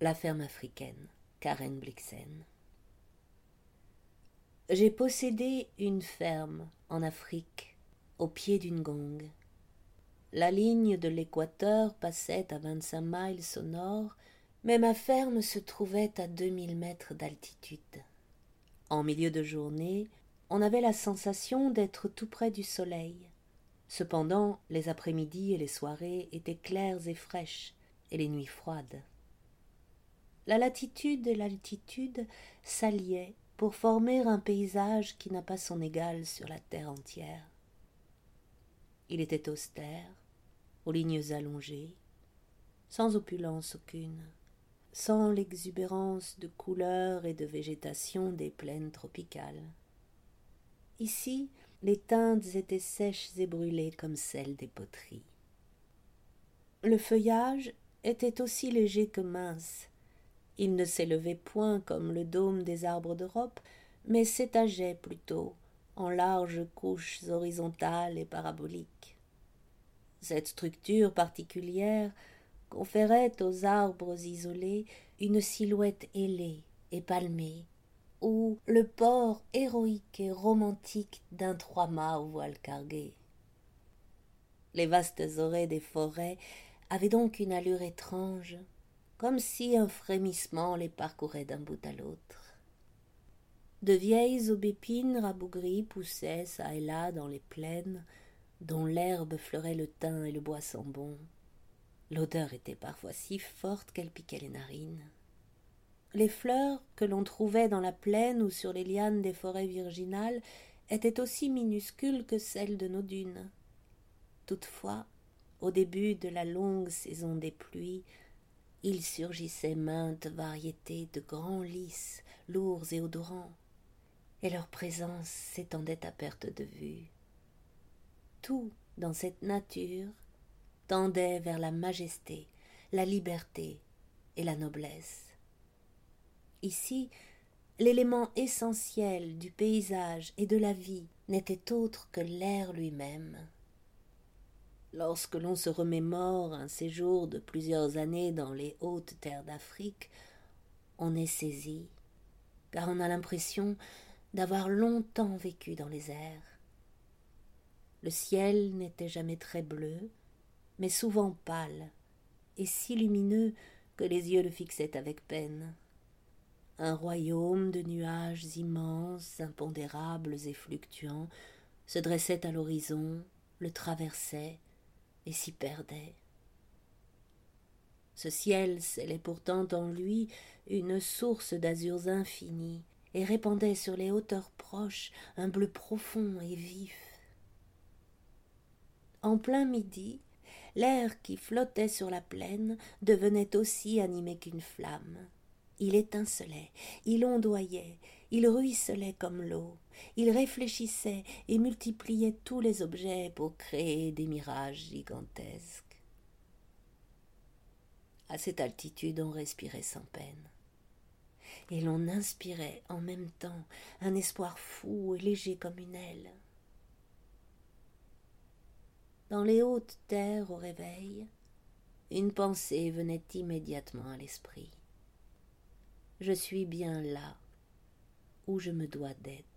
La ferme africaine, Karen Blixen. J'ai possédé une ferme en Afrique, au pied d'une gongue. La ligne de l'équateur passait à 25 miles au nord, mais ma ferme se trouvait à 2000 mètres d'altitude. En milieu de journée, on avait la sensation d'être tout près du soleil. Cependant, les après-midi et les soirées étaient claires et fraîches, et les nuits froides. La latitude et l'altitude s'alliaient pour former un paysage qui n'a pas son égal sur la terre entière. Il était austère, aux lignes allongées, sans opulence aucune, sans l'exubérance de couleurs et de végétation des plaines tropicales. Ici, les teintes étaient sèches et brûlées comme celles des poteries. Le feuillage était aussi léger que mince. Il ne s'élevait point comme le dôme des arbres d'Europe, mais s'étageait plutôt en larges couches horizontales et paraboliques. Cette structure particulière conférait aux arbres isolés une silhouette ailée et palmée, ou le port héroïque et romantique d'un trois-mâts au voile cargué. Les vastes orées des forêts avaient donc une allure étrange, comme si un frémissement les parcourait d'un bout à l'autre. De vieilles aubépines rabougries poussaient çà et là dans les plaines, dont l'herbe fleurait le thym et le bois sent bon. L'odeur était parfois si forte qu'elle piquait les narines. Les fleurs que l'on trouvait dans la plaine ou sur les lianes des forêts virginales étaient aussi minuscules que celles de nos dunes. Toutefois, au début de la longue saison des pluies, il surgissait maintes variétés de grands lys, lourds et odorants, et leur présence s'étendait à perte de vue. Tout dans cette nature tendait vers la majesté, la liberté et la noblesse. Ici, l'élément essentiel du paysage et de la vie n'était autre que l'air lui-même. Lorsque l'on se remémore un séjour de plusieurs années dans les hautes terres d'Afrique, on est saisi, car on a l'impression d'avoir longtemps vécu dans les airs. Le ciel n'était jamais très bleu, mais souvent pâle, et si lumineux que les yeux le fixaient avec peine. Un royaume de nuages immenses, impondérables et fluctuants se dressait à l'horizon, le traversait et s'y perdait. Ce ciel scellait pourtant en lui une source d'azurs infinis et répandait sur les hauteurs proches un bleu profond et vif. En plein midi, l'air qui flottait sur la plaine devenait aussi animé qu'une flamme. Il étincelait, il ondoyait, il ruisselait comme l'eau, il réfléchissait et multipliait tous les objets pour créer des mirages gigantesques. À cette altitude, on respirait sans peine, et l'on inspirait en même temps un espoir fou et léger comme une aile. Dans les hautes terres au réveil, une pensée venait immédiatement à l'esprit. Je suis bien là où je me dois d'être.